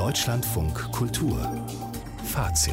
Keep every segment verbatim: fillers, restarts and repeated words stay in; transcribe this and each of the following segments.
Deutschlandfunk Kultur Fazit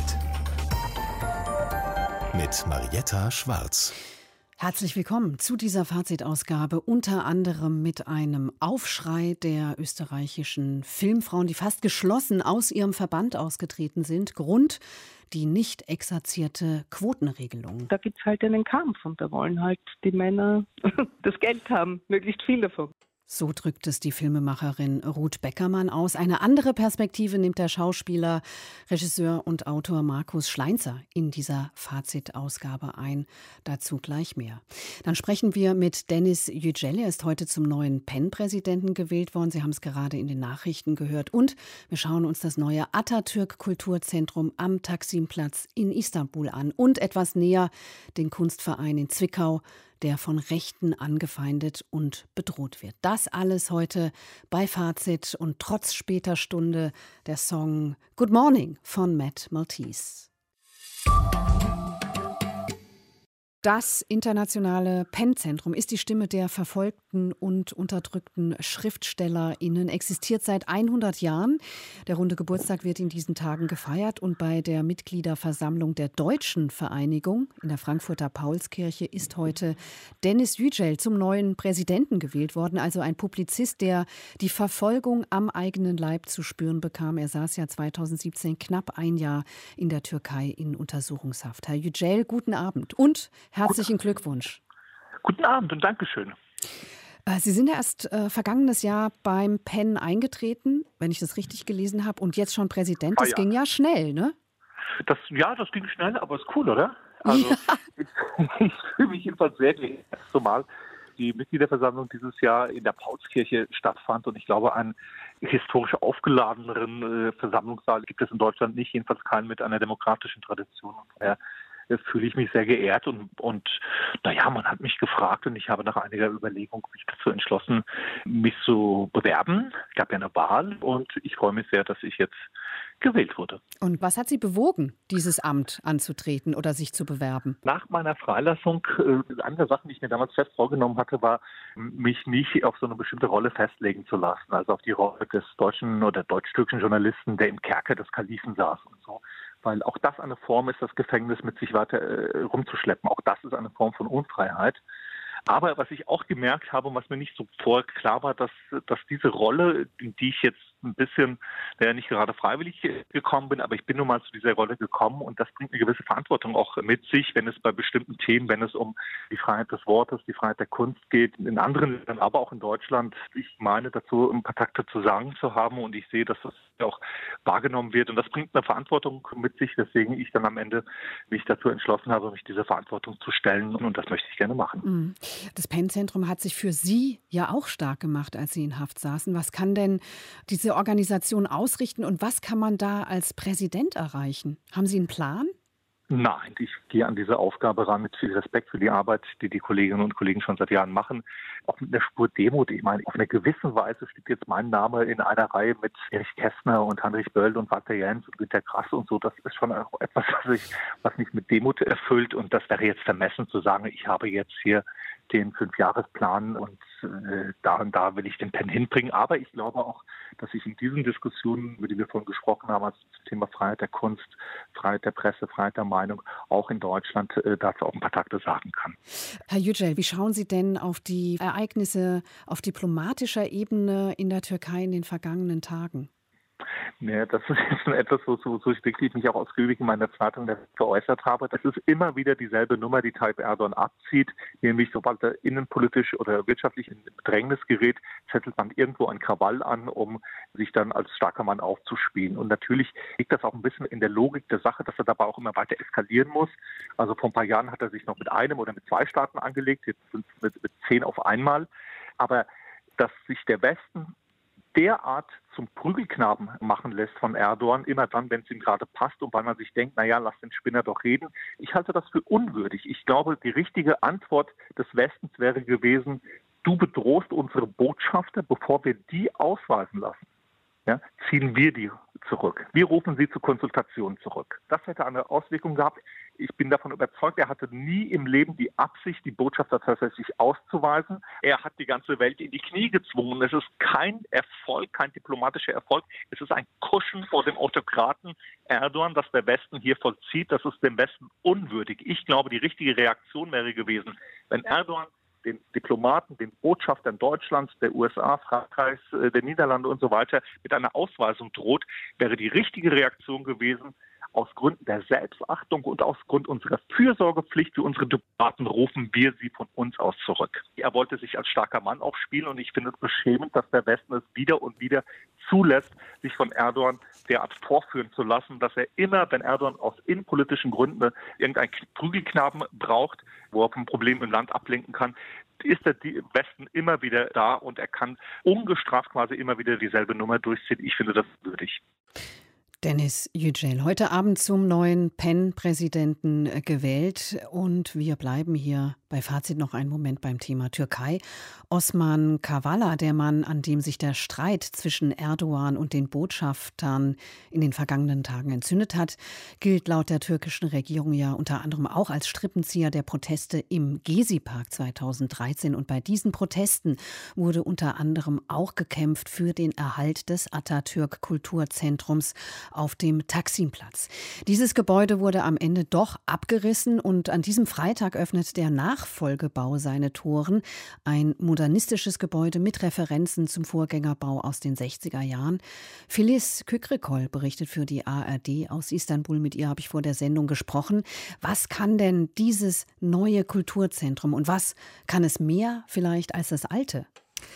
mit Marietta Schwarz. Herzlich willkommen zu dieser Fazitausgabe, unter anderem mit einem Aufschrei der österreichischen Filmfrauen, die fast geschlossen aus ihrem Verband ausgetreten sind. Grund: die nicht exerzierte Quotenregelung. Da gibt es halt einen Kampf und da wollen halt die Männer das Geld haben, möglichst viel davon. So drückt es die Filmemacherin Ruth Beckermann aus. Eine andere Perspektive nimmt der Schauspieler, Regisseur und Autor Markus Schleinzer in dieser Fazitausgabe ein. Dazu gleich mehr. Dann sprechen wir mit Deniz Yücel. Er ist heute zum neuen PEN-Präsidenten gewählt worden. Sie haben es gerade in den Nachrichten gehört. Und wir schauen uns das neue Atatürk-Kulturzentrum am Taksimplatz in Istanbul an. Und etwas näher den Kunstverein in Zwickau, der von Rechten angefeindet und bedroht wird. Das alles heute bei Fazit und trotz später Stunde der Song Good Morning von Matt Maltese. Das internationale PEN-Zentrum ist die Stimme der verfolgten und unterdrückten SchriftstellerInnen, existiert seit hundert Jahren. Der runde Geburtstag wird in diesen Tagen gefeiert und bei der Mitgliederversammlung der Deutschen Vereinigung in der Frankfurter Paulskirche ist heute Deniz Yücel zum neuen Präsidenten gewählt worden, also ein Publizist, der die Verfolgung am eigenen Leib zu spüren bekam. Er saß ja zweitausendsiebzehn knapp ein Jahr in der Türkei in Untersuchungshaft. Herr Yücel, guten Abend und herzlichen Glückwunsch. Guten Abend und Dankeschön. Sie sind ja erst äh, vergangenes Jahr beim PEN eingetreten, wenn ich das richtig gelesen habe, und jetzt schon Präsident. Das ah, ja. ging ja schnell, ne? Das, ja, das ging schnell, aber ist cool, oder? Also ja. ich, ich fühle mich jedenfalls sehr geehrt, zumal die Mitgliederversammlung dieses Jahr in der Paulskirche stattfand und ich glaube, einen historisch aufgeladeneren äh, Versammlungssaal gibt es in Deutschland nicht, jedenfalls keinen mit einer demokratischen Tradition. Und daher fühle ich mich sehr geehrt und, und naja, man hat mich gefragt und ich habe nach einiger Überlegung mich dazu entschlossen, mich zu bewerben. Es gab ja eine Wahl und ich freue mich sehr, dass ich jetzt gewählt wurde. Und was hat Sie bewogen, dieses Amt anzutreten oder sich zu bewerben? Nach meiner Freilassung, äh, eine der Sachen, die ich mir damals fest vorgenommen hatte, war, mich nicht auf so eine bestimmte Rolle festlegen zu lassen. Also auf die Rolle des deutschen oder deutsch-türkischen Journalisten, der im Kerker des Kalifen saß und so. Weil auch das eine Form ist, das Gefängnis mit sich weiter äh, rumzuschleppen. Auch das ist eine Form von Unfreiheit. Aber was ich auch gemerkt habe und was mir nicht so vorher klar war, dass, dass diese Rolle, in die ich jetzt ein bisschen, der nicht gerade freiwillig gekommen bin, aber ich bin nun mal zu dieser Rolle gekommen und das bringt eine gewisse Verantwortung auch mit sich, wenn es bei bestimmten Themen, wenn es um die Freiheit des Wortes, die Freiheit der Kunst geht, in anderen Ländern, aber auch in Deutschland. Ich meine dazu, ein paar Takte zu sagen zu haben und ich sehe, dass das auch wahrgenommen wird und das bringt eine Verantwortung mit sich, weswegen ich dann am Ende mich dazu entschlossen habe, mich dieser Verantwortung zu stellen und das möchte ich gerne machen. Das PEN-Zentrum hat sich für Sie ja auch stark gemacht, als Sie in Haft saßen. Was kann denn diese Organisation ausrichten und was kann man da als Präsident erreichen? Haben Sie einen Plan? Nein, ich gehe an diese Aufgabe ran mit viel Respekt für die Arbeit, die die Kolleginnen und Kollegen schon seit Jahren machen. Auch mit einer Spur Demut. Ich meine, auf eine gewisse Weise steht jetzt mein Name in einer Reihe mit Erich Kästner und Heinrich Böll und Walter Jens und Günter Grass und so. Das ist schon auch etwas, was, ich, was mich mit Demut erfüllt. Und das wäre jetzt vermessen zu sagen, ich habe jetzt hier den Fünfjahresplan und äh, da und da will ich den PEN hinbringen. Aber ich glaube auch, dass ich in diesen Diskussionen, über die wir vorhin gesprochen haben, also zum Thema Freiheit der Kunst, Freiheit der Presse, Freiheit der Meinung, auch in Deutschland äh, dazu auch ein paar Takte sagen kann. Herr Yücel, wie schauen Sie denn auf die Ereignisse auf diplomatischer Ebene in der Türkei in den vergangenen Tagen? Ja, das ist jetzt etwas, wo, wo, wo ich wirklich mich auch ausgiebig in meiner Zeitung geäußert habe. Das ist immer wieder dieselbe Nummer, die Tayyip Erdogan abzieht, nämlich sobald er innenpolitisch oder wirtschaftlich in Bedrängnis gerät, zettelt man irgendwo einen Krawall an, um sich dann als starker Mann aufzuspielen. Und natürlich liegt das auch ein bisschen in der Logik der Sache, dass er dabei auch immer weiter eskalieren muss. Also vor ein paar Jahren hat er sich noch mit einem oder mit zwei Staaten angelegt, jetzt sind es mit, mit zehn auf einmal. Aber dass sich der Westen derart zum Prügelknaben machen lässt von Erdogan, immer dann, wenn es ihm gerade passt und weil man sich denkt, naja, lass den Spinner doch reden. Ich halte das für unwürdig. Ich glaube, die richtige Antwort des Westens wäre gewesen, du bedrohst unsere Botschafter, bevor wir die ausweisen lassen. ja, ziehen wir die zurück. Wir rufen sie zur Konsultation zurück. Das hätte eine Auswirkung gehabt. Ich bin davon überzeugt, er hatte nie im Leben die Absicht, die Botschafter tatsächlich auszuweisen. Er hat die ganze Welt in die Knie gezwungen. Es ist kein Erfolg, kein diplomatischer Erfolg. Es ist ein Kuschen vor dem Autokraten Erdogan, das der Westen hier vollzieht. Das ist dem Westen unwürdig. Ich glaube, die richtige Reaktion wäre gewesen, wenn Erdogan den Diplomaten, den Botschaftern Deutschlands, der U S A, Frankreichs, der Niederlande und so weiter mit einer Ausweisung droht, wäre die richtige Reaktion gewesen, aus Gründen der Selbstachtung und aus Grund unserer Fürsorgepflicht für unsere Diplomaten rufen wir sie von uns aus zurück. Er wollte sich als starker Mann aufspielen und ich finde es beschämend, dass der Westen es wieder und wieder zulässt, sich von Erdogan derart vorführen zu lassen, dass er immer, wenn Erdogan aus innenpolitischen Gründen irgendeinen Prügelknaben braucht, wo er vom Problem im Land ablenken kann, ist der Westen immer wieder da und er kann ungestraft quasi immer wieder dieselbe Nummer durchziehen. Ich finde das würdig. Deniz Yücel, heute Abend zum neuen P E N-Präsidenten gewählt. Und wir bleiben hier bei Fazit noch einen Moment beim Thema Türkei. Osman Kavala, der Mann, an dem sich der Streit zwischen Erdogan und den Botschaftern in den vergangenen Tagen entzündet hat, gilt laut der türkischen Regierung ja unter anderem auch als Strippenzieher der Proteste im Gezi-Park zweitausenddreizehn. Und bei diesen Protesten wurde unter anderem auch gekämpft für den Erhalt des Atatürk-Kulturzentrums auf dem Taksimplatz. Dieses Gebäude wurde am Ende doch abgerissen und an diesem Freitag öffnet der Nachfolgebau seine Toren. Ein modernistisches Gebäude mit Referenzen zum Vorgängerbau aus den sechziger Jahren. Filiz Kükrikol berichtet für die A R D aus Istanbul. Mit ihr habe ich vor der Sendung gesprochen. Was kann denn dieses neue Kulturzentrum und was kann es mehr vielleicht als das alte?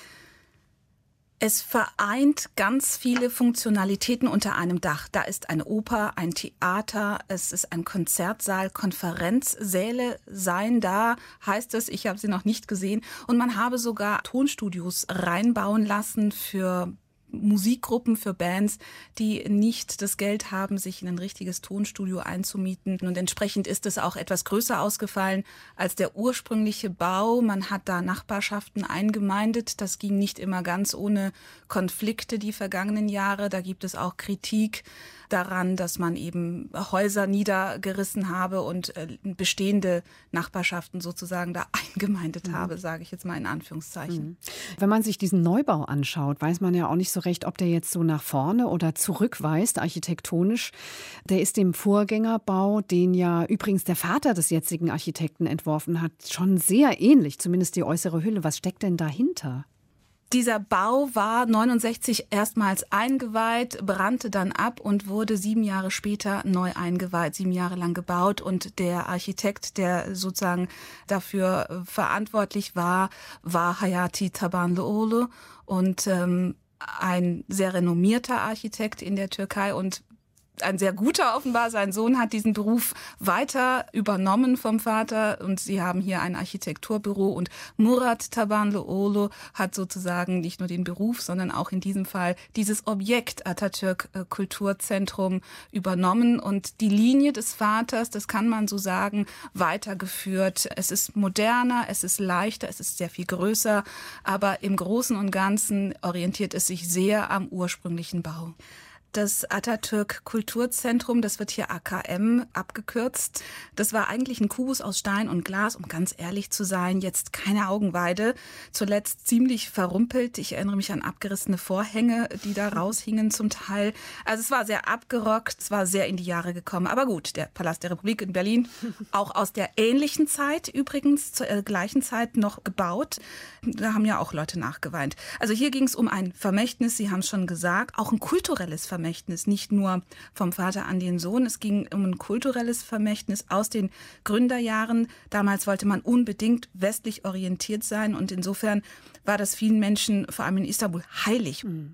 Es vereint ganz viele Funktionalitäten unter einem Dach. Da ist eine Oper, ein Theater, es ist ein Konzertsaal, Konferenzsäle seien da, heißt es. Ich habe sie noch nicht gesehen. Und man habe sogar Tonstudios reinbauen lassen für Musikgruppen, für Bands, die nicht das Geld haben, sich in ein richtiges Tonstudio einzumieten. Und entsprechend ist es auch etwas größer ausgefallen als der ursprüngliche Bau. Man hat da Nachbarschaften eingemeindet. Das ging nicht immer ganz ohne Konflikte die vergangenen Jahre. Da gibt es auch Kritik daran, dass man eben Häuser niedergerissen habe und äh, bestehende Nachbarschaften sozusagen da eingemeindet mhm. habe, sage ich jetzt mal in Anführungszeichen. Mhm. Wenn man sich diesen Neubau anschaut, weiß man ja auch nicht so recht, ob der jetzt so nach vorne oder zurückweist, architektonisch. Der ist dem Vorgängerbau, den ja übrigens der Vater des jetzigen Architekten entworfen hat, schon sehr ähnlich, zumindest die äußere Hülle. Was steckt denn dahinter? Dieser Bau war neunundsechzig erstmals eingeweiht, brannte dann ab und wurde sieben Jahre später neu eingeweiht, sieben Jahre lang gebaut. Und der Architekt, der sozusagen dafür verantwortlich war, war Hayati Tabanlıoğlu und ähm, ein sehr renommierter Architekt in der Türkei und ein sehr guter offenbar. Sein Sohn hat diesen Beruf weiter übernommen vom Vater und sie haben hier ein Architekturbüro und Murat Tabanlıoğlu hat sozusagen nicht nur den Beruf, sondern auch in diesem Fall dieses Objekt Atatürk Kulturzentrum übernommen und die Linie des Vaters, das kann man so sagen, weitergeführt. Es ist moderner, es ist leichter, es ist sehr viel größer, aber im Großen und Ganzen orientiert es sich sehr am ursprünglichen Bau. Das Atatürk Kulturzentrum, das wird hier A K M abgekürzt. Das war eigentlich ein Kubus aus Stein und Glas, um ganz ehrlich zu sein, jetzt keine Augenweide. Zuletzt ziemlich verrumpelt. Ich erinnere mich an abgerissene Vorhänge, die da raushingen zum Teil. Also es war sehr abgerockt, es war sehr in die Jahre gekommen. Aber gut, der Palast der Republik in Berlin, auch aus der ähnlichen Zeit übrigens, zur gleichen Zeit noch gebaut. Da haben ja auch Leute nachgeweint. Also hier ging es um ein Vermächtnis, Sie haben es schon gesagt, auch ein kulturelles Vermächtnis. Nicht nur vom Vater an den Sohn. Es ging um ein kulturelles Vermächtnis aus den Gründerjahren. Damals wollte man unbedingt westlich orientiert sein und insofern war das vielen Menschen, vor allem in Istanbul, heilig. Mhm.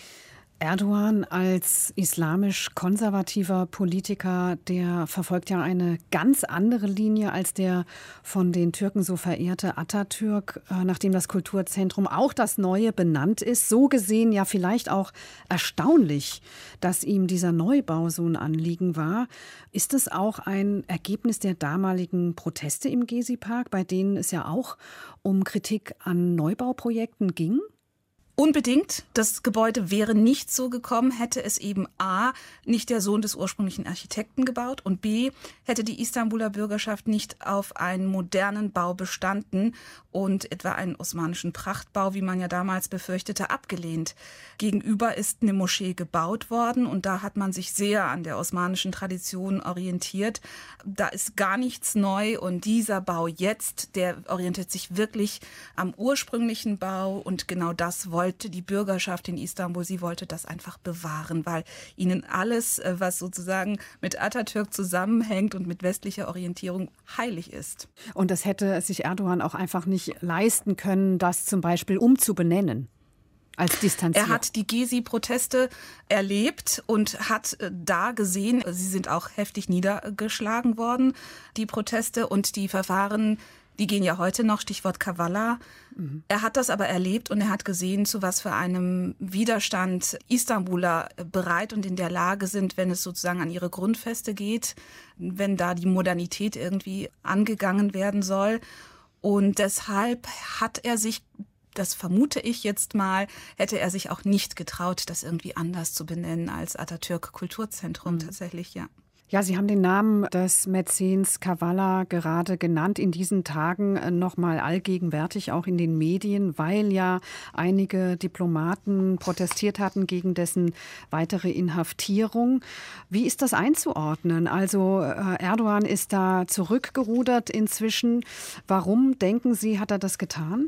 Erdogan als islamisch-konservativer Politiker, der verfolgt ja eine ganz andere Linie als der von den Türken so verehrte Atatürk, nachdem das Kulturzentrum auch das neue benannt ist. So gesehen ja vielleicht auch erstaunlich, dass ihm dieser Neubau so ein Anliegen war. Ist es auch ein Ergebnis der damaligen Proteste im Gezi-Park, bei denen es ja auch um Kritik an Neubauprojekten ging? Unbedingt. Das Gebäude wäre nicht so gekommen, hätte es eben A, nicht der Sohn des ursprünglichen Architekten gebaut und B, hätte die Istanbuler Bürgerschaft nicht auf einen modernen Bau bestanden und etwa einen osmanischen Prachtbau, wie man ja damals befürchtete, abgelehnt. Gegenüber ist eine Moschee gebaut worden und da hat man sich sehr an der osmanischen Tradition orientiert. Da ist gar nichts neu und dieser Bau jetzt, der orientiert sich wirklich am ursprünglichen Bau und genau das wollte wollte die Bürgerschaft in Istanbul, sie wollte das einfach bewahren, weil ihnen alles, was sozusagen mit Atatürk zusammenhängt und mit westlicher Orientierung, heilig ist. Und das hätte sich Erdogan auch einfach nicht leisten können, das zum Beispiel umzubenennen? Als distanziert. Er hat die Gezi-Proteste erlebt und hat da gesehen, sie sind auch heftig niedergeschlagen worden, die Proteste und die Verfahren. Die gehen ja heute noch, Stichwort Kavala. Mhm. Er hat das aber erlebt und er hat gesehen, zu was für einem Widerstand Istanbuler bereit und in der Lage sind, wenn es sozusagen an ihre Grundfeste geht, wenn da die Modernität irgendwie angegangen werden soll. Und deshalb hat er sich, das vermute ich jetzt mal, hätte er sich auch nicht getraut, das irgendwie anders zu benennen als Atatürk Kulturzentrum, mhm. tatsächlich, ja. Ja, Sie haben den Namen des Mäzens Kavala gerade genannt, in diesen Tagen nochmal allgegenwärtig, auch in den Medien, weil ja einige Diplomaten protestiert hatten gegen dessen weitere Inhaftierung. Wie ist das einzuordnen? Also Erdogan ist da zurückgerudert inzwischen. Warum, denken Sie, hat er das getan?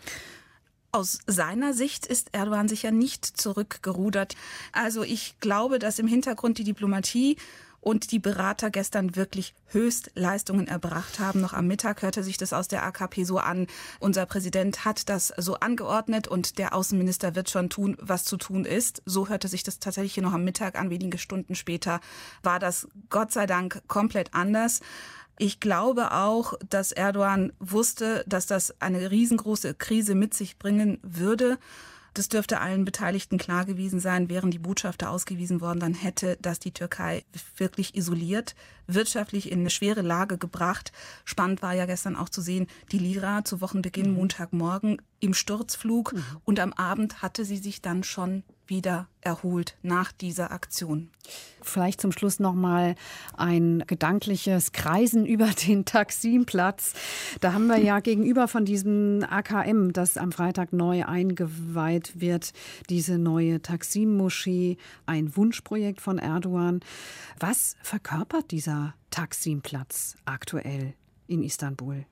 Aus seiner Sicht ist Erdogan sicher nicht zurückgerudert. Also ich glaube, dass im Hintergrund die Diplomatie und die Berater gestern wirklich Höchstleistungen erbracht haben. Noch am Mittag hörte sich das aus der A K P so an. Unser Präsident hat das so angeordnet und der Außenminister wird schon tun, was zu tun ist. So hörte sich das tatsächlich hier noch am Mittag an. Wenige Stunden später war das Gott sei Dank komplett anders. Ich glaube auch, dass Erdogan wusste, dass das eine riesengroße Krise mit sich bringen würde. Das dürfte allen Beteiligten klar gewesen sein. Wären die Botschafter ausgewiesen worden, dann hätte das die Türkei wirklich isoliert, wirtschaftlich in eine schwere Lage gebracht. Spannend war ja gestern auch zu sehen, die Lira zu Wochenbeginn, mhm. Montagmorgen im Sturzflug. Mhm. Und am Abend hatte sie sich dann schon wieder erholt nach dieser Aktion. Vielleicht zum Schluss noch mal ein gedankliches Kreisen über den Taksimplatz. Da haben wir ja gegenüber von diesem A K M, das am Freitag neu eingeweiht wird, diese neue Taksim-Moschee, ein Wunschprojekt von Erdogan. Was verkörpert dieser Taksimplatz aktuell in Istanbul?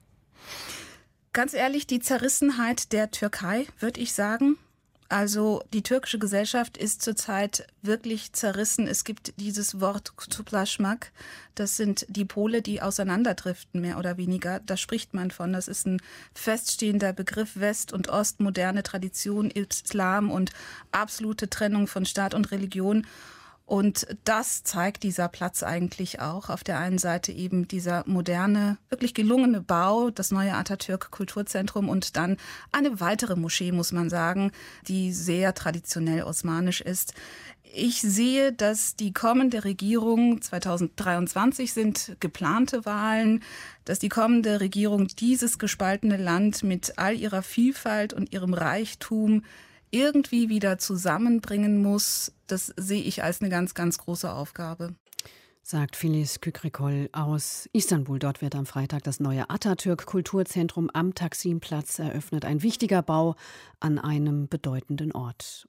Ganz ehrlich, die Zerrissenheit der Türkei, würde ich sagen. Also die türkische Gesellschaft ist zurzeit wirklich zerrissen. Es gibt dieses Wort Kutuplaşmak. Das sind die Pole, die auseinanderdriften, mehr oder weniger. Da spricht man von. Das ist ein feststehender Begriff. West und Ost, moderne Tradition, Islam und absolute Trennung von Staat und Religion. Und das zeigt dieser Platz eigentlich auch. Auf der einen Seite eben dieser moderne, wirklich gelungene Bau, das neue Atatürk Kulturzentrum und dann eine weitere Moschee, muss man sagen, die sehr traditionell osmanisch ist. Ich sehe, dass die kommende Regierung, zweitausenddreiundzwanzig sind geplante Wahlen, dass die kommende Regierung dieses gespaltene Land mit all ihrer Vielfalt und ihrem Reichtum irgendwie wieder zusammenbringen muss. Das sehe ich als eine ganz, ganz große Aufgabe. Sagt Filiz Kükrikol aus Istanbul. Dort wird am Freitag das neue Atatürk-Kulturzentrum am Taksimplatz eröffnet. Ein wichtiger Bau an einem bedeutenden Ort.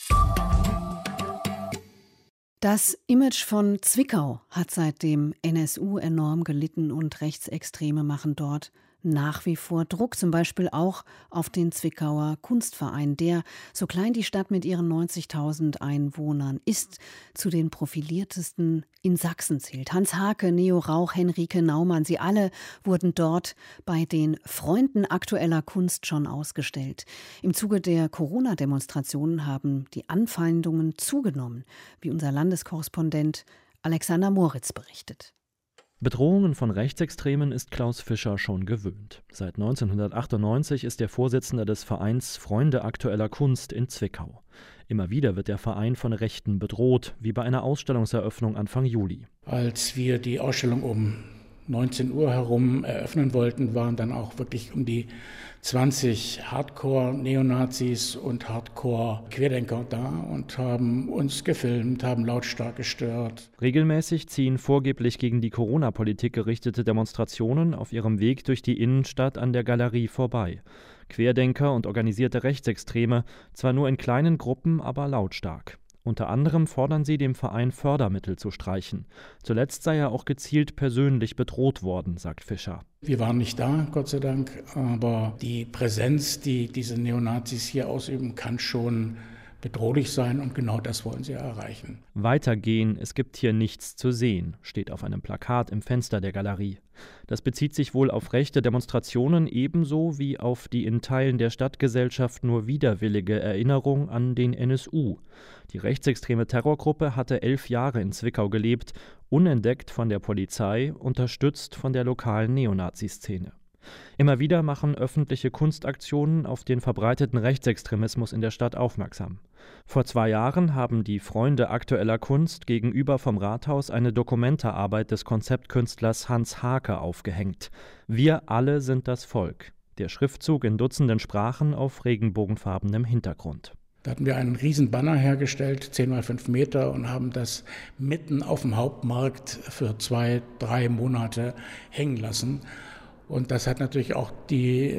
Das Image von Zwickau hat seit dem N S U enorm gelitten und Rechtsextreme machen dort nach wie vor Druck, zum Beispiel auch auf den Zwickauer Kunstverein, der, so klein die Stadt mit ihren neunzigtausend Einwohnern ist, zu den profiliertesten in Sachsen zählt. Hans Hake, Neo Rauch, Henrike Naumann, sie alle wurden dort bei den Freunden aktueller Kunst schon ausgestellt. Im Zuge der Corona-Demonstrationen haben die Anfeindungen zugenommen, wie unser Landeskorrespondent Alexander Moritz berichtet. Bedrohungen von Rechtsextremen ist Klaus Fischer schon gewöhnt. Seit neunzehnhundertachtundneunzig ist er Vorsitzender des Vereins Freunde aktueller Kunst in Zwickau. Immer wieder wird der Verein von Rechten bedroht, wie bei einer Ausstellungseröffnung Anfang Juli. Als wir die Ausstellung um neunzehn Uhr herum eröffnen wollten, waren dann auch wirklich um die zwanzig Hardcore-Neonazis und Hardcore-Querdenker da und haben uns gefilmt, haben lautstark gestört. Regelmäßig ziehen vorgeblich gegen die Corona-Politik gerichtete Demonstrationen auf ihrem Weg durch die Innenstadt an der Galerie vorbei. Querdenker und organisierte Rechtsextreme, zwar nur in kleinen Gruppen, aber lautstark. Unter anderem fordern sie, dem Verein Fördermittel zu streichen. Zuletzt sei er auch gezielt persönlich bedroht worden, sagt Fischer. Wir waren nicht da, Gott sei Dank, aber die Präsenz, die diese Neonazis hier ausüben, kann schon bedrohlich sein und genau das wollen sie erreichen. Weitergehen, es gibt hier nichts zu sehen, steht auf einem Plakat im Fenster der Galerie. Das bezieht sich wohl auf rechte Demonstrationen ebenso wie auf die in Teilen der Stadtgesellschaft nur widerwillige Erinnerung an den N S U. Die rechtsextreme Terrorgruppe hatte elf Jahre in Zwickau gelebt, unentdeckt von der Polizei, unterstützt von der lokalen Neonazi-Szene. Immer wieder machen öffentliche Kunstaktionen auf den verbreiteten Rechtsextremismus in der Stadt aufmerksam. Vor zwei Jahren haben die Freunde aktueller Kunst gegenüber vom Rathaus eine Dokumentararbeit des Konzeptkünstlers Hans Hake aufgehängt. Wir alle sind das Volk. Der Schriftzug in Dutzenden Sprachen auf regenbogenfarbenem Hintergrund. Da hatten wir einen riesen Banner hergestellt, zehn mal fünf Meter, und haben das mitten auf dem Hauptmarkt für zwei, drei Monate hängen lassen. Und das hat natürlich auch die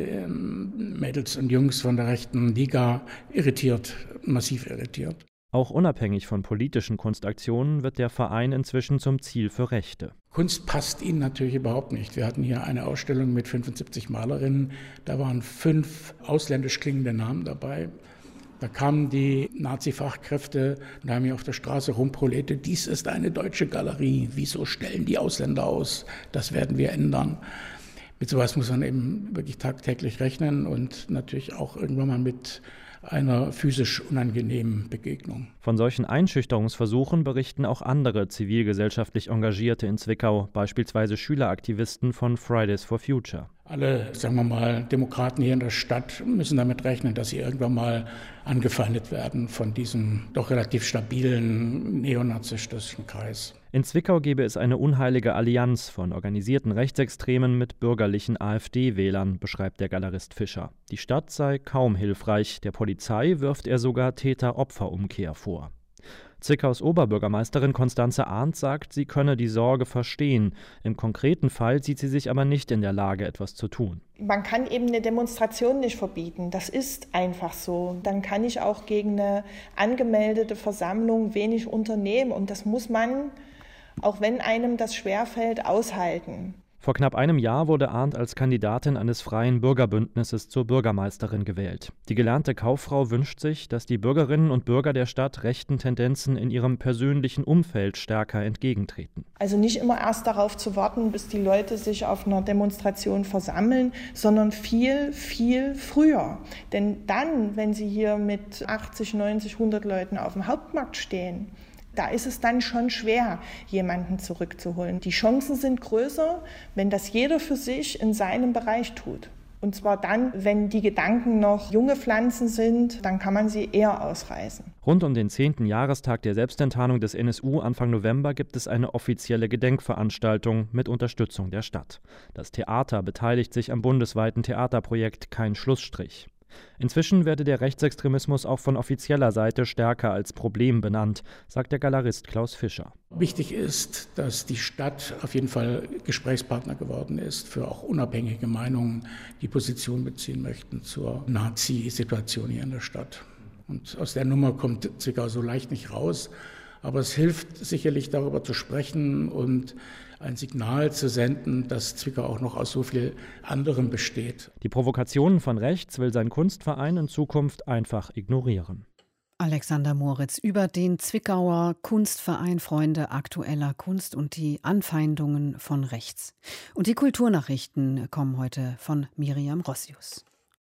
Mädels und Jungs von der rechten Liga irritiert, massiv irritiert. Auch unabhängig von politischen Kunstaktionen wird der Verein inzwischen zum Ziel für Rechte. Kunst passt ihnen natürlich überhaupt nicht. Wir hatten hier eine Ausstellung mit fünfundsiebzig Malerinnen. Da waren fünf ausländisch klingende Namen dabei. Da kamen die Nazi-Fachkräfte und haben hier auf der Straße rumproletet. Dies ist eine deutsche Galerie. Wieso stellen die Ausländer aus? Das werden wir ändern. Mit sowas muss man eben wirklich tagtäglich rechnen und natürlich auch irgendwann mal mit einer physisch unangenehmen Begegnung. Von solchen Einschüchterungsversuchen berichten auch andere zivilgesellschaftlich Engagierte in Zwickau, beispielsweise Schüleraktivisten von Fridays for Future. Alle, sagen wir mal, Demokraten hier in der Stadt müssen damit rechnen, dass sie irgendwann mal angefeindet werden von diesem doch relativ stabilen neonazistischen Kreis. In Zwickau gebe es eine unheilige Allianz von organisierten Rechtsextremen mit bürgerlichen AfD-Wählern, beschreibt der Galerist Fischer. Die Stadt sei kaum hilfreich, der Polizei wirft er sogar Täter-Opfer-Umkehr vor. Zwickaus Oberbürgermeisterin Constanze Arndt sagt, sie könne die Sorge verstehen. Im konkreten Fall sieht sie sich aber nicht in der Lage, etwas zu tun. Man kann eben eine Demonstration nicht verbieten. Das ist einfach so. Dann kann ich auch gegen eine angemeldete Versammlung wenig unternehmen. Und das muss man, auch wenn einem das schwerfällt, aushalten. Vor knapp einem Jahr wurde Arndt als Kandidatin eines freien Bürgerbündnisses zur Bürgermeisterin gewählt. Die gelernte Kauffrau wünscht sich, dass die Bürgerinnen und Bürger der Stadt rechten Tendenzen in ihrem persönlichen Umfeld stärker entgegentreten. Also nicht immer erst darauf zu warten, bis die Leute sich auf einer Demonstration versammeln, sondern viel, viel früher. Denn dann, wenn sie hier mit achtzig, neunzig, hundert Leuten auf dem Hauptmarkt stehen, da ist es dann schon schwer, jemanden zurückzuholen. Die Chancen sind größer, wenn das jeder für sich in seinem Bereich tut. Und zwar dann, wenn die Gedanken noch junge Pflanzen sind, dann kann man sie eher ausreißen. Rund um den zehnten Jahrestag der Selbstenttarnung des N S U Anfang November gibt es eine offizielle Gedenkveranstaltung mit Unterstützung der Stadt. Das Theater beteiligt sich am bundesweiten Theaterprojekt Kein Schlussstrich. Inzwischen werde der Rechtsextremismus auch von offizieller Seite stärker als Problem benannt, sagt der Galerist Klaus Fischer. Wichtig ist, dass die Stadt auf jeden Fall Gesprächspartner geworden ist für auch unabhängige Meinungen, die Position beziehen möchten zur Nazi-Situation hier in der Stadt. Und aus der Nummer kommt Zwickau so leicht nicht raus. Aber es hilft sicherlich, darüber zu sprechen und ein Signal zu senden, dass Zwickau auch noch aus so viel anderem besteht. Die Provokationen von rechts will sein Kunstverein in Zukunft einfach ignorieren. Alexander Moritz über den Zwickauer Kunstverein Freunde aktueller Kunst und die Anfeindungen von rechts. Und die Kulturnachrichten kommen heute von Miriam Rossius.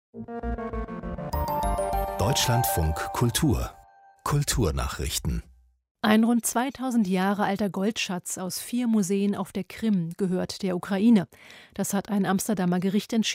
Deutschlandfunk Kultur. Kulturnachrichten. Ein rund zweitausend Jahre alter Goldschatz aus vier Museen auf der Krim gehört der Ukraine. Das hat ein Amsterdamer Gericht entschieden.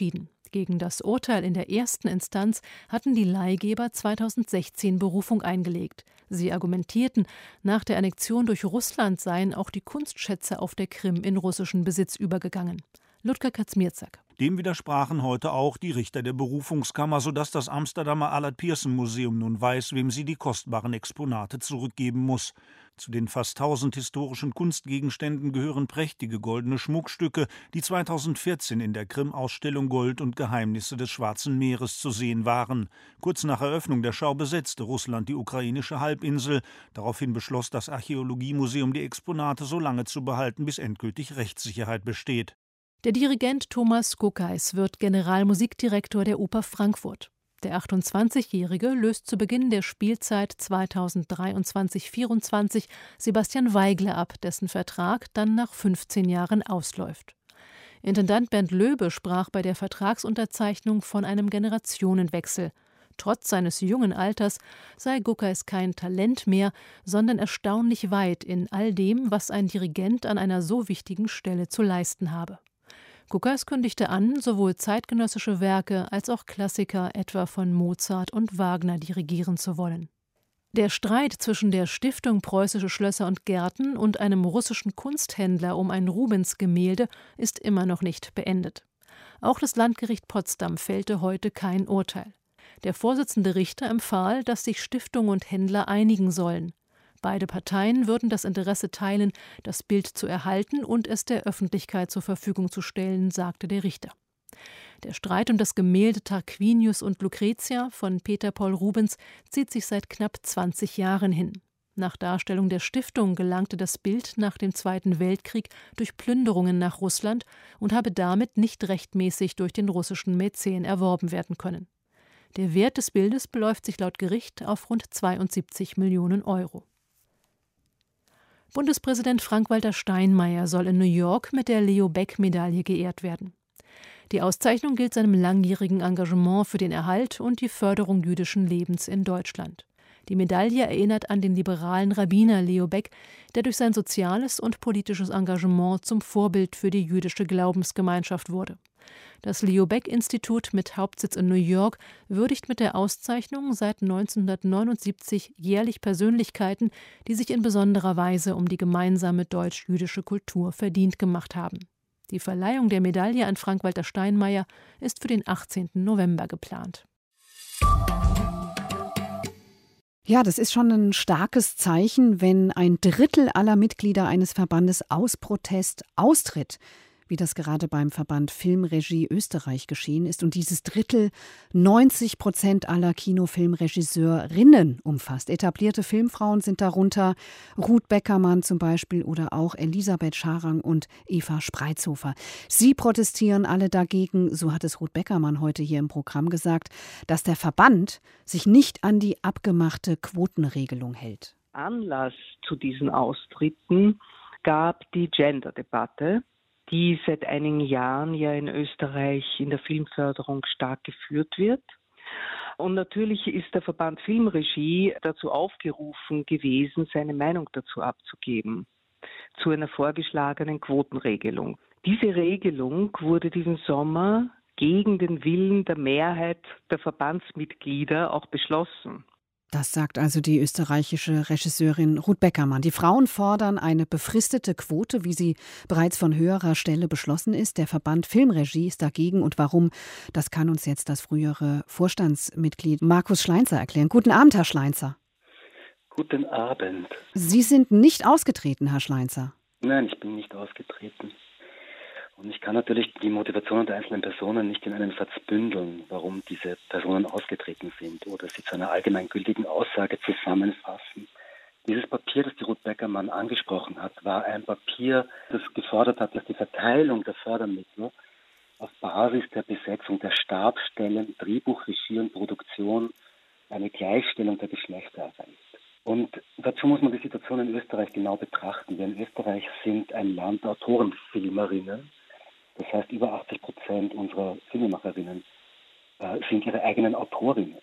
Gegen das Urteil in der ersten Instanz hatten die Leihgeber zweitausendsechzehn Berufung eingelegt. Sie argumentierten, nach der Annexion durch Russland seien auch die Kunstschätze auf der Krim in russischen Besitz übergegangen. Ludger Kaczmierzak. Dem widersprachen heute auch die Richter der Berufungskammer, sodass das Amsterdamer Allard Pierson Museum nun weiß, wem sie die kostbaren Exponate zurückgeben muss. Zu den fast tausend historischen Kunstgegenständen gehören prächtige goldene Schmuckstücke, die zweitausendvierzehn in der Krim-Ausstellung Gold und Geheimnisse des Schwarzen Meeres zu sehen waren. Kurz nach Eröffnung der Schau besetzte Russland die ukrainische Halbinsel. Daraufhin beschloss das Archäologiemuseum, die Exponate so lange zu behalten, bis endgültig Rechtssicherheit besteht. Der Dirigent Thomas Kukais wird Generalmusikdirektor der Oper Frankfurt. Der achtundzwanzigjährige löst zu Beginn der Spielzeit zweitausenddreiundzwanzig vierundzwanzig Sebastian Weigler ab, dessen Vertrag dann nach fünfzehn Jahren ausläuft. Intendant Bernd Löbe sprach bei der Vertragsunterzeichnung von einem Generationenwechsel. Trotz seines jungen Alters sei Kukais kein Talent mehr, sondern erstaunlich weit in all dem, was ein Dirigent an einer so wichtigen Stelle zu leisten habe. Kukais kündigte an, sowohl zeitgenössische Werke als auch Klassiker etwa von Mozart und Wagner dirigieren zu wollen. Der Streit zwischen der Stiftung Preußische Schlösser und Gärten und einem russischen Kunsthändler um ein Rubens-Gemälde ist immer noch nicht beendet. Auch das Landgericht Potsdam fällte heute kein Urteil. Der Vorsitzende Richter empfahl, dass sich Stiftung und Händler einigen sollen. Beide Parteien würden das Interesse teilen, das Bild zu erhalten und es der Öffentlichkeit zur Verfügung zu stellen, sagte der Richter. Der Streit um das Gemälde Tarquinius und Lucretia von Peter Paul Rubens zieht sich seit knapp zwanzig Jahren hin. Nach Darstellung der Stiftung gelangte das Bild nach dem Zweiten Weltkrieg durch Plünderungen nach Russland und habe damit nicht rechtmäßig durch den russischen Mäzen erworben werden können. Der Wert des Bildes beläuft sich laut Gericht auf rund zweiundsiebzig Millionen Euro. Bundespräsident Frank-Walter Steinmeier soll in New York mit der Leo-Baeck-Medaille geehrt werden. Die Auszeichnung gilt seinem langjährigen Engagement für den Erhalt und die Förderung jüdischen Lebens in Deutschland. Die Medaille erinnert an den liberalen Rabbiner Leo Baeck, der durch sein soziales und politisches Engagement zum Vorbild für die jüdische Glaubensgemeinschaft wurde. Das Leo-Baeck-Institut mit Hauptsitz in New York würdigt mit der Auszeichnung seit neunzehnhundertneunundsiebzig jährlich Persönlichkeiten, die sich in besonderer Weise um die gemeinsame deutsch-jüdische Kultur verdient gemacht haben. Die Verleihung der Medaille an Frank-Walter Steinmeier ist für den achtzehnten November geplant. Ja, das ist schon ein starkes Zeichen, wenn ein Drittel aller Mitglieder eines Verbandes aus Protest austritt, wie das gerade beim Verband Filmregie Österreich geschehen ist. Und dieses Drittel neunzig Prozent aller Kinofilmregisseurinnen umfasst. Etablierte Filmfrauen sind darunter, Ruth Beckermann zum Beispiel oder auch Elisabeth Scharang und Eva Spreizhofer. Sie protestieren alle dagegen, so hat es Ruth Beckermann heute hier im Programm gesagt, dass der Verband sich nicht an die abgemachte Quotenregelung hält. Anlass zu diesen Austritten gab die Gender-Debatte, die seit einigen Jahren ja in Österreich in der Filmförderung stark geführt wird. Und natürlich ist der Verband Filmregie dazu aufgerufen gewesen, seine Meinung dazu abzugeben, zu einer vorgeschlagenen Quotenregelung. Diese Regelung wurde diesen Sommer gegen den Willen der Mehrheit der Verbandsmitglieder auch beschlossen. Das sagt also die österreichische Regisseurin Ruth Beckermann. Die Frauen fordern eine befristete Quote, wie sie bereits von höherer Stelle beschlossen ist. Der Verband Filmregie ist dagegen. Und warum, das kann uns jetzt das frühere Vorstandsmitglied Markus Schleinzer erklären. Guten Abend, Herr Schleinzer. Guten Abend. Sie sind nicht ausgetreten, Herr Schleinzer. Nein, ich bin nicht ausgetreten. Und ich kann natürlich die Motivation der einzelnen Personen nicht in einem Satz bündeln, warum diese Personen ausgetreten sind oder sie zu einer allgemeingültigen Aussage zusammenfassen. Dieses Papier, das die Ruth Beckermann angesprochen hat, war ein Papier, das gefordert hat, dass die Verteilung der Fördermittel auf Basis der Besetzung der Stabsstellen Drehbuch, Regie und Produktion eine Gleichstellung der Geschlechter erreicht. Und dazu muss man die Situation in Österreich genau betrachten. Wir in Österreich sind ein Land der Autorenfilmerinnen. Das heißt, über achtzig Prozent unserer Filmemacherinnen äh, sind ihre eigenen Autorinnen.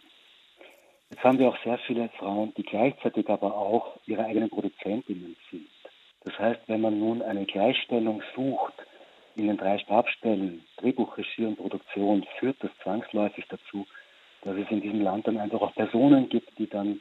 Jetzt haben wir auch sehr viele Frauen, die gleichzeitig aber auch ihre eigenen Produzentinnen sind. Das heißt, wenn man nun eine Gleichstellung sucht in den drei Stabsstellen, Drehbuch, Regie und Produktion, führt das zwangsläufig dazu, dass es in diesem Land dann einfach auch Personen gibt, die dann,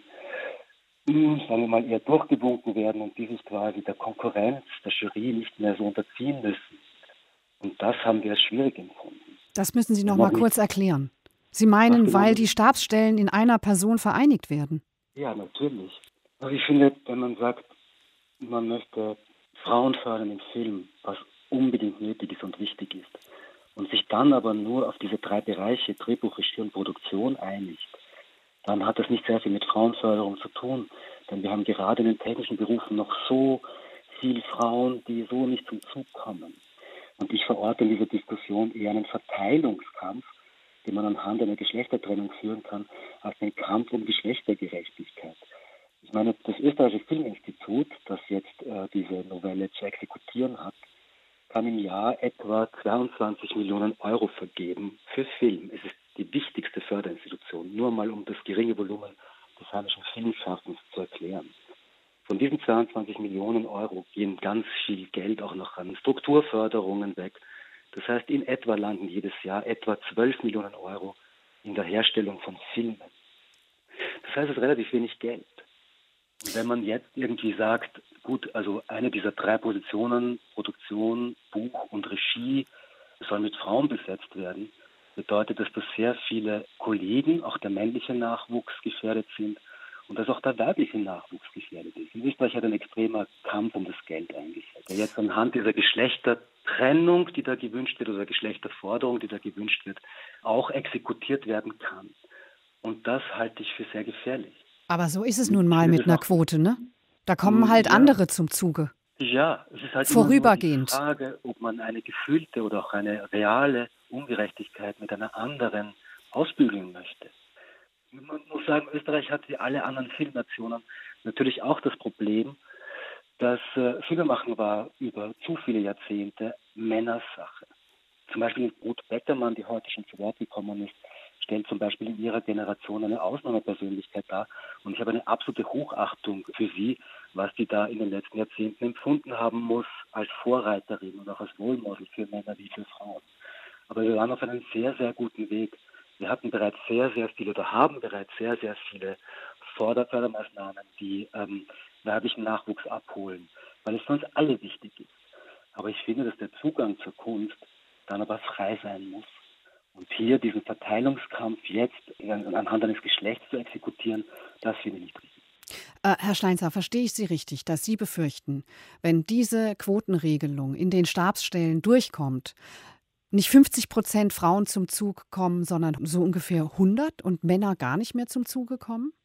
mh, sagen wir mal, eher durchgewunken werden und die sich quasi der Konkurrenz, der Jury nicht mehr so unterziehen müssen. Und das haben wir als schwierig empfunden. Das müssen Sie noch mal kurz erklären. Sie meinen, genau? Weil die Stabsstellen in einer Person vereinigt werden? Ja, natürlich. Also ich finde, wenn man sagt, man möchte Frauen fördern im Film, was unbedingt nötig ist und wichtig ist, und sich dann aber nur auf diese drei Bereiche, Drehbuch, Regie und Produktion einigt, dann hat das nicht sehr viel mit Frauenförderung zu tun. Denn wir haben gerade in den technischen Berufen noch so viele Frauen, die so nicht zum Zug kommen. Und ich verorte in dieser Diskussion eher einen Verteilungskampf, den man anhand einer Geschlechtertrennung führen kann, als den Kampf um Geschlechtergerechtigkeit. Ich meine, das österreichische Filminstitut, das jetzt äh, diese Novelle zu exekutieren hat, kann im Jahr etwa zweiundzwanzig Millionen Euro vergeben für Film. Es ist die wichtigste Förderinstitution, nur mal um das geringe Volumen des heimischen Filmschaffens zu erklären. Von diesen zweiundzwanzig Millionen Euro gehen ganz viel Geld auch noch an Strukturförderungen weg. Das heißt, in etwa landen jedes Jahr etwa zwölf Millionen Euro in der Herstellung von Filmen. Das heißt, es ist relativ wenig Geld. Und wenn man jetzt irgendwie sagt, gut, also eine dieser drei Positionen, Produktion, Buch und Regie, soll mit Frauen besetzt werden, bedeutet das, dass sehr viele Kollegen, auch der männliche Nachwuchs, gefährdet sind und dass auch der weibliche Nachwuchs gefährdet ist. In Österreich hat ein extremer Kampf um das Geld eingesetzt, der jetzt anhand dieser Geschlechtertrennung, die da gewünscht wird, oder Geschlechterforderung, die da gewünscht wird, auch exekutiert werden kann. Und das halte ich für sehr gefährlich. Aber so ist es nun mal mit einer Quote, ne? Da kommen halt ja. andere zum Zuge. Ja, es ist halt vorübergehend. Immer nur die Frage, ob man eine gefühlte oder auch eine reale Ungerechtigkeit mit einer anderen ausbügeln möchte. Man muss sagen, Österreich hat wie alle anderen Filmnationen natürlich auch das Problem, dass äh, Filmemachen war über zu viele Jahrzehnte Männersache. Zum Beispiel Ruth Beckermann, die heute schon zu Wort gekommen ist, stellt zum Beispiel in ihrer Generation eine Ausnahmepersönlichkeit dar. Und ich habe eine absolute Hochachtung für sie, was die da in den letzten Jahrzehnten empfunden haben muss als Vorreiterin und auch als Role Model für Männer wie für Frauen. Aber wir waren auf einem sehr, sehr guten Weg. Wir hatten bereits sehr, sehr viele oder haben bereits sehr, sehr viele Fördermaßnahmen, die ähm, weiblichen Nachwuchs abholen, weil es für uns alle wichtig ist. Aber ich finde, dass der Zugang zur Kunst dann aber frei sein muss. Und hier diesen Verteilungskampf jetzt anhand eines Geschlechts zu exekutieren, das finde ich nicht richtig. Äh, Herr Schleinzer, verstehe ich Sie richtig, dass Sie befürchten, wenn diese Quotenregelung in den Stabsstellen durchkommt, nicht fünfzig Prozent Frauen zum Zug kommen, sondern so ungefähr hundert und Männer gar nicht mehr zum Zuge kommen?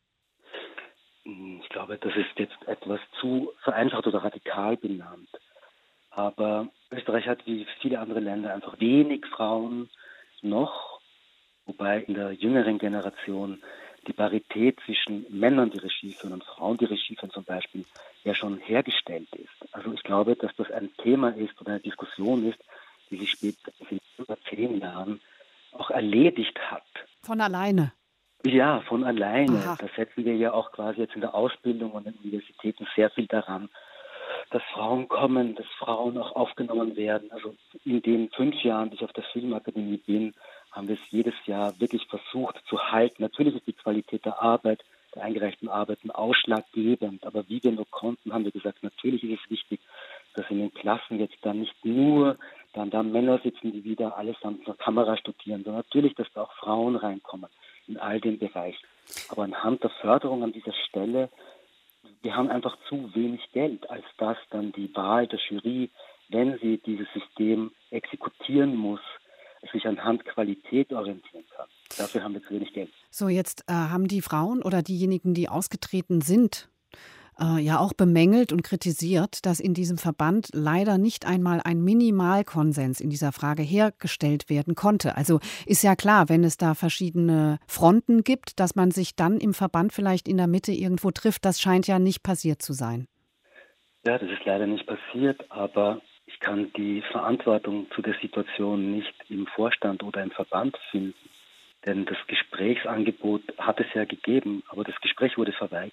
Ich glaube, das ist jetzt etwas zu vereinfacht oder radikal benannt. Aber Österreich hat wie viele andere Länder einfach wenig Frauen noch, wobei in der jüngeren Generation die Parität zwischen Männern, die Regie führen, und Frauen, die Regie führen zum Beispiel, ja schon hergestellt ist. Also ich glaube, dass das ein Thema ist oder eine Diskussion ist, die sich spätestens in über zehn Jahren auch erledigt hat. Von alleine? Ja, von alleine. Aha. Da setzen wir ja auch quasi jetzt in der Ausbildung und in den Universitäten sehr viel daran, dass Frauen kommen, dass Frauen auch aufgenommen werden. Also in den fünf Jahren, die ich auf der Filmakademie bin, haben wir es jedes Jahr wirklich versucht zu halten. Natürlich ist die Qualität der Arbeit, der eingereichten Arbeiten ausschlaggebend, aber wie wir nur konnten, haben wir gesagt, natürlich ist es wichtig, dass in den Klassen jetzt dann nicht nur dann da Männer sitzen, die wieder allesamt zur Kamera studieren, sondern natürlich, dass da auch Frauen reinkommen in all den Bereichen. Aber anhand der Förderung an dieser Stelle, wir haben einfach zu wenig Geld, als dass dann die Wahl der Jury, wenn sie dieses System exekutieren muss, sich anhand Qualität orientieren kann. Dafür haben wir zu wenig Geld. So, jetzt äh, haben die Frauen oder diejenigen, die ausgetreten sind, äh, ja auch bemängelt und kritisiert, dass in diesem Verband leider nicht einmal ein Minimalkonsens in dieser Frage hergestellt werden konnte. Also ist ja klar, wenn es da verschiedene Fronten gibt, dass man sich dann im Verband vielleicht in der Mitte irgendwo trifft. Das scheint ja nicht passiert zu sein. Ja, das ist leider nicht passiert, aber ich kann die Verantwortung zu der Situation nicht im Vorstand oder im Verband finden. Denn das Gesprächsangebot hat es ja gegeben, aber das Gespräch wurde verweigert.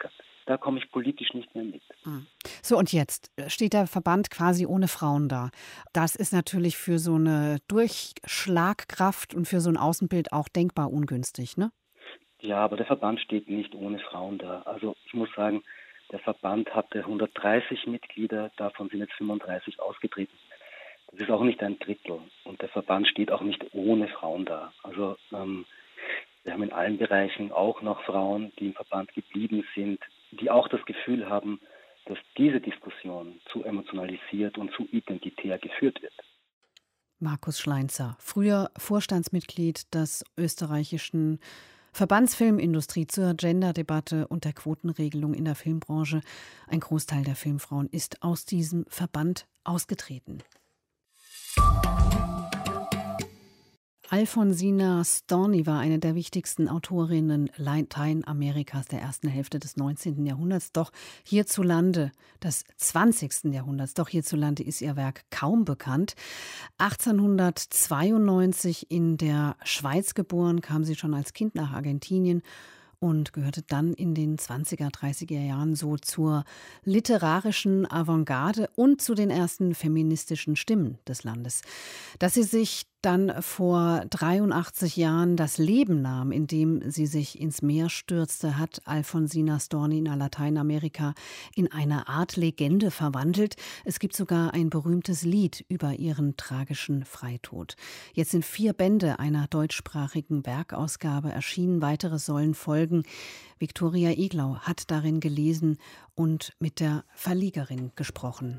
da komme ich politisch nicht mehr mit. So, und jetzt steht der Verband quasi ohne Frauen da. Das ist natürlich für so eine Durchschlagkraft und für so ein Außenbild auch denkbar ungünstig, ne? Ja, aber der Verband steht nicht ohne Frauen da. Also ich muss sagen, der Verband hatte hundertdreißig Mitglieder, davon sind jetzt fünfunddreißig ausgetreten. Das ist auch nicht ein Drittel. Und der Verband steht auch nicht ohne Frauen da. Also ähm, wir haben in allen Bereichen auch noch Frauen, die im Verband geblieben sind, die auch das Gefühl haben, dass diese Diskussion zu emotionalisiert und zu identitär geführt wird. Markus Schleinzer, früher Vorstandsmitglied des österreichischen Verbands Filmindustrie zur Gender-Debatte und der Quotenregelung in der Filmbranche. Ein Großteil der Filmfrauen ist aus diesem Verband ausgetreten. Alfonsina Storni war eine der wichtigsten Autorinnen Lateinamerikas der ersten Hälfte des neunzehnten Jahrhunderts, doch hierzulande des zwanzigsten Jahrhunderts. Doch hierzulande ist ihr Werk kaum bekannt. achtzehnhundertzweiundneunzig in der Schweiz geboren, kam sie schon als Kind nach Argentinien und gehörte dann in den zwanziger, dreißiger Jahren so zur literarischen Avantgarde und zu den ersten feministischen Stimmen des Landes. Dass sie sich dann vor dreiundachtzig Jahren das Leben nahm, indem sie sich ins Meer stürzte, hat Alfonsina Storni in Lateinamerika in eine Art Legende verwandelt. Es gibt sogar ein berühmtes Lied über ihren tragischen Freitod. Jetzt sind vier Bände einer deutschsprachigen Werkausgabe erschienen. Weitere sollen folgen. Viktoria Iglau hat darin gelesen und mit der Verlegerin gesprochen.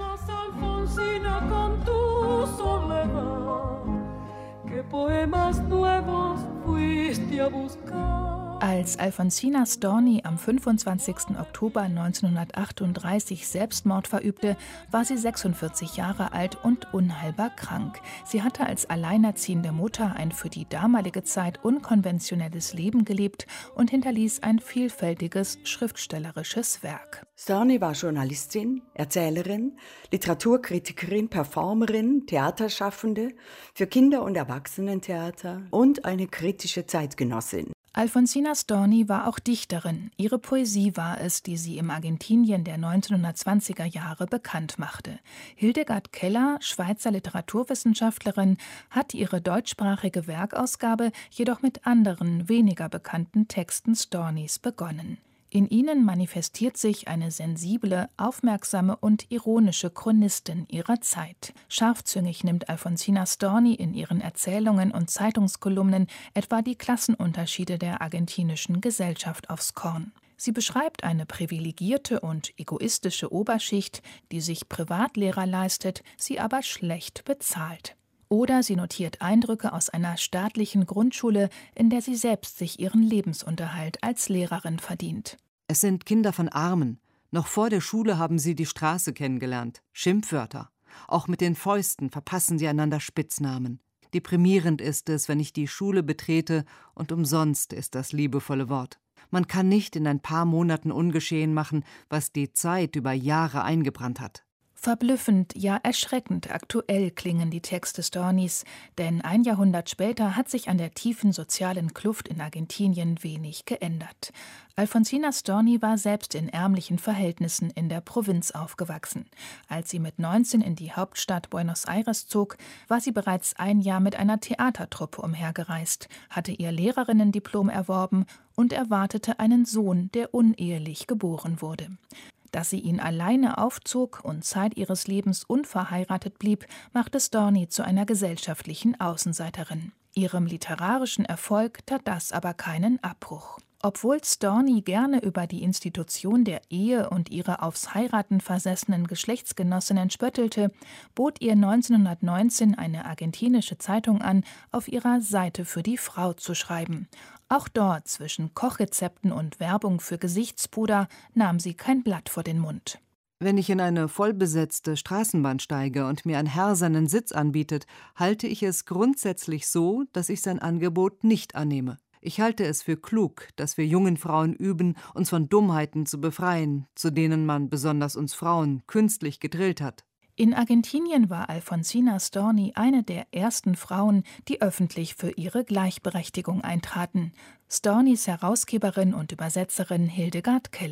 Als Alfonsina Storni am fünfundzwanzigsten Oktober neunzehnhundertachtunddreißig Selbstmord verübte, war sie sechsundvierzig Jahre alt und unheilbar krank. Sie hatte als alleinerziehende Mutter ein für die damalige Zeit unkonventionelles Leben gelebt und hinterließ ein vielfältiges schriftstellerisches Werk. Storni war Journalistin, Erzählerin, Literaturkritikerin, Performerin, Theaterschaffende für Kinder- und Erwachsenentheater und eine kritische Zeitgenossin. Alfonsina Storni war auch Dichterin. Ihre Poesie war es, die sie im Argentinien der neunzehnhundertzwanziger Jahre bekannt machte. Hildegard Keller, Schweizer Literaturwissenschaftlerin, hat ihre deutschsprachige Werkausgabe jedoch mit anderen, weniger bekannten Texten Stornis begonnen. In ihnen manifestiert sich eine sensible, aufmerksame und ironische Chronistin ihrer Zeit. Scharfzüngig nimmt Alfonsina Storni in ihren Erzählungen und Zeitungskolumnen etwa die Klassenunterschiede der argentinischen Gesellschaft aufs Korn. Sie beschreibt eine privilegierte und egoistische Oberschicht, die sich Privatlehrer leistet, sie aber schlecht bezahlt. Oder sie notiert Eindrücke aus einer staatlichen Grundschule, in der sie selbst sich ihren Lebensunterhalt als Lehrerin verdient. Es sind Kinder von Armen. Noch vor der Schule haben sie die Straße kennengelernt. Schimpfwörter. Auch mit den Fäusten verpassen sie einander Spitznamen. Deprimierend ist es, wenn ich die Schule betrete, und umsonst ist das liebevolle Wort. Man kann nicht in ein paar Monaten ungeschehen machen, was die Zeit über Jahre eingebrannt hat. Verblüffend, ja erschreckend aktuell klingen die Texte Stornis, denn ein Jahrhundert später hat sich an der tiefen sozialen Kluft in Argentinien wenig geändert. Alfonsina Storni war selbst in ärmlichen Verhältnissen in der Provinz aufgewachsen. Als sie mit neunzehn in die Hauptstadt Buenos Aires zog, war sie bereits ein Jahr mit einer Theatertruppe umhergereist, hatte ihr Lehrerinnendiplom erworben und erwartete einen Sohn, der unehelich geboren wurde. Dass sie ihn alleine aufzog und Zeit ihres Lebens unverheiratet blieb, machte Storni zu einer gesellschaftlichen Außenseiterin. Ihrem literarischen Erfolg tat das aber keinen Abbruch. Obwohl Storni gerne über die Institution der Ehe und ihre aufs Heiraten versessenen Geschlechtsgenossinnen spöttelte, bot ihr neunzehnhundertneunzehn eine argentinische Zeitung an, auf ihrer Seite für die Frau zu schreiben. Auch dort, zwischen Kochrezepten und Werbung für Gesichtspuder, nahm sie kein Blatt vor den Mund. Wenn ich in eine vollbesetzte Straßenbahn steige und mir ein Herr seinen Sitz anbietet, halte ich es grundsätzlich so, dass ich sein Angebot nicht annehme. Ich halte es für klug, dass wir jungen Frauen üben, uns von Dummheiten zu befreien, zu denen man, besonders uns Frauen, künstlich gedrillt hat. In Argentinien war Alfonsina Storni eine der ersten Frauen, die öffentlich für ihre Gleichberechtigung eintraten. Stornis Herausgeberin und Übersetzerin Hildegard Keller.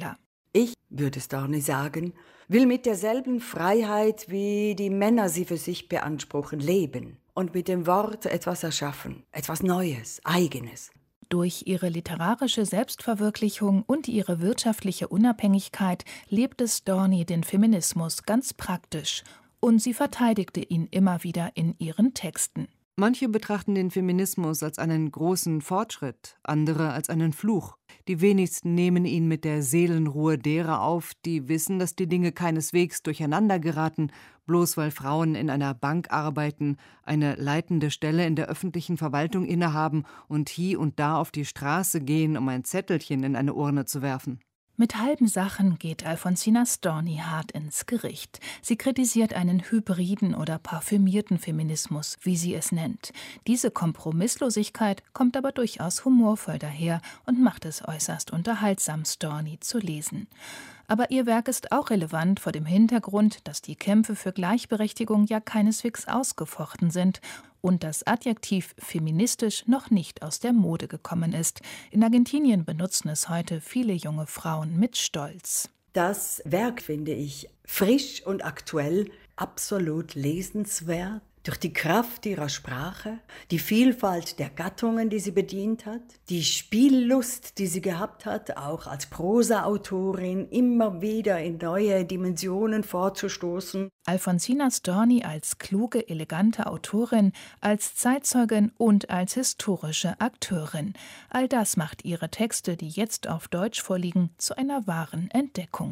Ich, würde Storni sagen, will mit derselben Freiheit, wie die Männer sie für sich beanspruchen, leben und mit dem Wort etwas erschaffen, etwas Neues, Eigenes. Durch ihre literarische Selbstverwirklichung und ihre wirtschaftliche Unabhängigkeit lebte Storni den Feminismus ganz praktisch und sie verteidigte ihn immer wieder in ihren Texten. Manche betrachten den Feminismus als einen großen Fortschritt, andere als einen Fluch. Die wenigsten nehmen ihn mit der Seelenruhe derer auf, die wissen, dass die Dinge keineswegs durcheinander geraten, bloß weil Frauen in einer Bank arbeiten, eine leitende Stelle in der öffentlichen Verwaltung innehaben und hie und da auf die Straße gehen, um ein Zettelchen in eine Urne zu werfen. Mit halben Sachen geht Alfonsina Storni hart ins Gericht. Sie kritisiert einen hybriden oder parfümierten Feminismus, wie sie es nennt. Diese Kompromisslosigkeit kommt aber durchaus humorvoll daher und macht es äußerst unterhaltsam, Storni zu lesen. Aber ihr Werk ist auch relevant vor dem Hintergrund, dass die Kämpfe für Gleichberechtigung ja keineswegs ausgefochten sind und das Adjektiv feministisch noch nicht aus der Mode gekommen ist. In Argentinien benutzen es heute viele junge Frauen mit Stolz. Das Werk finde ich frisch und aktuell, absolut lesenswert. Durch die Kraft ihrer Sprache, die Vielfalt der Gattungen, die sie bedient hat, die Spiellust, die sie gehabt hat, auch als Prosa-Autorin immer wieder in neue Dimensionen vorzustoßen. Alfonsina Storni als kluge, elegante Autorin, als Zeitzeugin und als historische Akteurin. All das macht ihre Texte, die jetzt auf Deutsch vorliegen, zu einer wahren Entdeckung.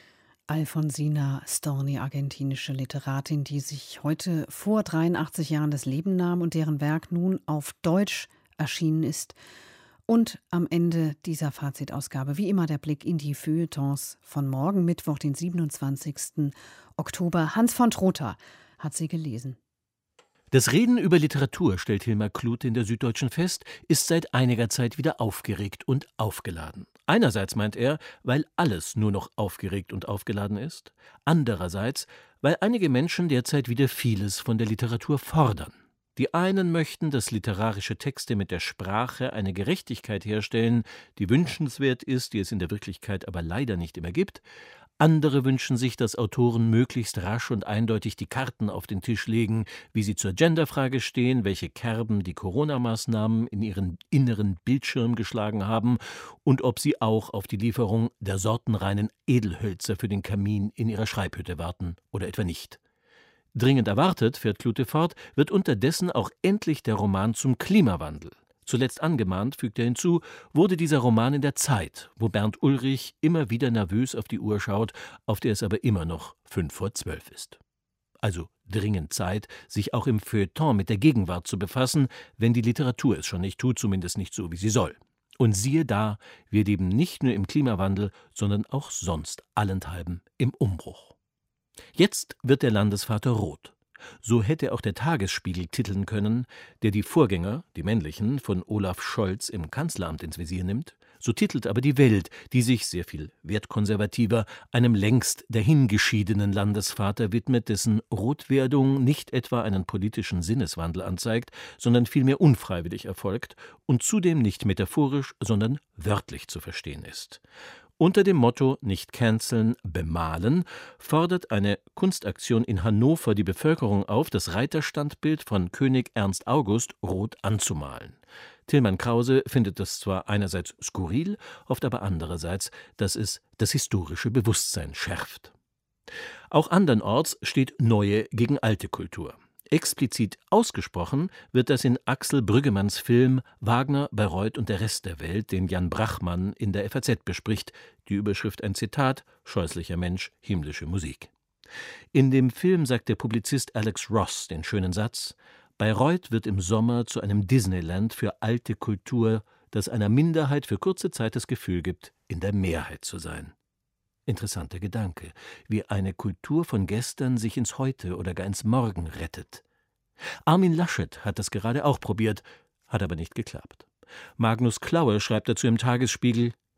Alfonsina Storni, argentinische Literatin, die sich heute vor dreiundachtzig Jahren das Leben nahm und deren Werk nun auf Deutsch erschienen ist. Und am Ende dieser Fazitausgabe wie immer der Blick in die Feuilletons von morgen, Mittwoch, den siebenundzwanzigsten Oktober. Hans von Trotha hat sie gelesen. Das Reden über Literatur, stellt Hilmar Klute in der Süddeutschen fest, ist seit einiger Zeit wieder aufgeregt und aufgeladen. Einerseits meint er, weil alles nur noch aufgeregt und aufgeladen ist. Andererseits, weil einige Menschen derzeit wieder vieles von der Literatur fordern. Die einen möchten, dass literarische Texte mit der Sprache eine Gerechtigkeit herstellen, die wünschenswert ist, die es in der Wirklichkeit aber leider nicht immer gibt. Andere wünschen sich, dass Autoren möglichst rasch und eindeutig die Karten auf den Tisch legen, wie sie zur Genderfrage stehen, welche Kerben die Corona-Maßnahmen in ihren inneren Bildschirm geschlagen haben und ob sie auch auf die Lieferung der sortenreinen Edelhölzer für den Kamin in ihrer Schreibhütte warten oder etwa nicht. Dringend erwartet, fährt Klute fort, wird unterdessen auch endlich der Roman zum Klimawandel. Zuletzt angemahnt, fügt er hinzu, wurde dieser Roman in der Zeit, wo Bernd Ulrich immer wieder nervös auf die Uhr schaut, auf der es aber immer noch fünf vor zwölf ist. Also dringend Zeit, sich auch im Feuilleton mit der Gegenwart zu befassen, wenn die Literatur es schon nicht tut, zumindest nicht so, wie sie soll. Und siehe da, wir leben nicht nur im Klimawandel, sondern auch sonst allenthalben im Umbruch. Jetzt wird der Landesvater rot. So hätte auch der Tagesspiegel titeln können, der die Vorgänger, die männlichen, von Olaf Scholz im Kanzleramt ins Visier nimmt. So titelt aber die Welt, die sich, sehr viel wertkonservativer, einem längst dahingeschiedenen Landesvater widmet, dessen Rotwerdung nicht etwa einen politischen Sinneswandel anzeigt, sondern vielmehr unfreiwillig erfolgt und zudem nicht metaphorisch, sondern wörtlich zu verstehen ist. Unter dem Motto »Nicht canceln, bemalen« fordert eine Kunstaktion in Hannover die Bevölkerung auf, das Reiterstandbild von König Ernst August rot anzumalen. Tilman Krause findet das zwar einerseits skurril, hofft aber andererseits, dass es das historische Bewusstsein schärft. Auch andernorts steht neue gegen alte Kultur. Explizit ausgesprochen wird das in Axel Brüggemanns Film »Wagner, Bayreuth und der Rest der Welt«, den Jan Brachmann in der F A Z bespricht. Die Überschrift ein Zitat: »Scheußlicher Mensch, himmlische Musik«. In dem Film sagt der Publizist Alex Ross den schönen Satz: »Bayreuth wird im Sommer zu einem Disneyland für alte Kultur, das einer Minderheit für kurze Zeit das Gefühl gibt, in der Mehrheit zu sein.« Interessanter Gedanke, wie eine Kultur von gestern sich ins Heute oder gar ins Morgen rettet. Armin Laschet hat das gerade auch probiert, hat aber nicht geklappt. Magnus Klaue schreibt dazu im Tagesspiegel: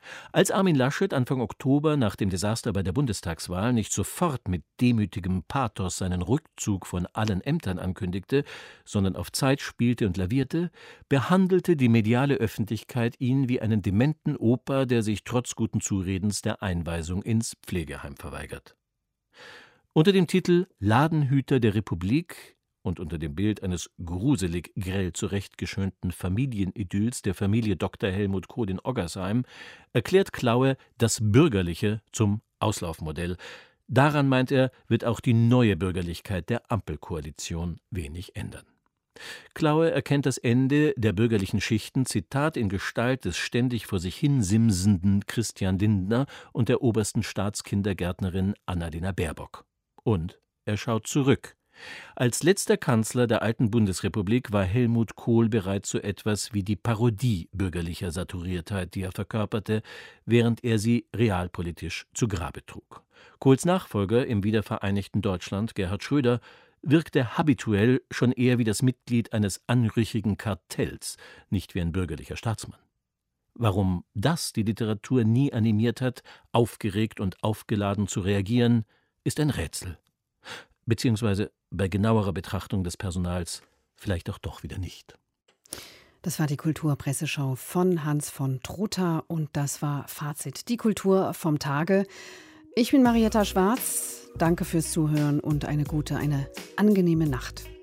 Als Armin Laschet Anfang Oktober nach dem Desaster bei der Bundestagswahl nicht sofort mit demütigem Pathos seinen Rückzug von allen Ämtern ankündigte, sondern auf Zeit spielte und lavierte, behandelte die mediale Öffentlichkeit ihn wie einen dementen Opa, der sich trotz guten Zuredens der Einweisung ins Pflegeheim verweigert. Unter dem Titel »Ladenhüter der Republik« und unter dem Bild eines gruselig grell zurechtgeschönten Familienidylls der Familie Doktor Helmut Kohl in Oggersheim erklärt Klaue das Bürgerliche zum Auslaufmodell. Daran, meint er, wird auch die neue Bürgerlichkeit der Ampelkoalition wenig ändern. Klaue erkennt das Ende der bürgerlichen Schichten, Zitat, in Gestalt des ständig vor sich hin simsenden Christian Lindner und der obersten Staatskindergärtnerin Annalena Baerbock. Und er schaut zurück. Als letzter Kanzler der alten Bundesrepublik war Helmut Kohl bereits so etwas wie die Parodie bürgerlicher Saturiertheit, die er verkörperte, während er sie realpolitisch zu Grabe trug. Kohls Nachfolger im wiedervereinigten Deutschland, Gerhard Schröder, wirkte habituell schon eher wie das Mitglied eines anrüchigen Kartells, nicht wie ein bürgerlicher Staatsmann. Warum das die Literatur nie animiert hat, aufgeregt und aufgeladen zu reagieren, ist ein Rätsel. Beziehungsweise bei genauerer Betrachtung des Personals vielleicht auch doch wieder nicht. Das war die Kulturpresseschau von Hans von Trotha und das war Fazit, die Kultur vom Tage. Ich bin Marietta Schwarz, danke fürs Zuhören und eine gute, eine angenehme Nacht.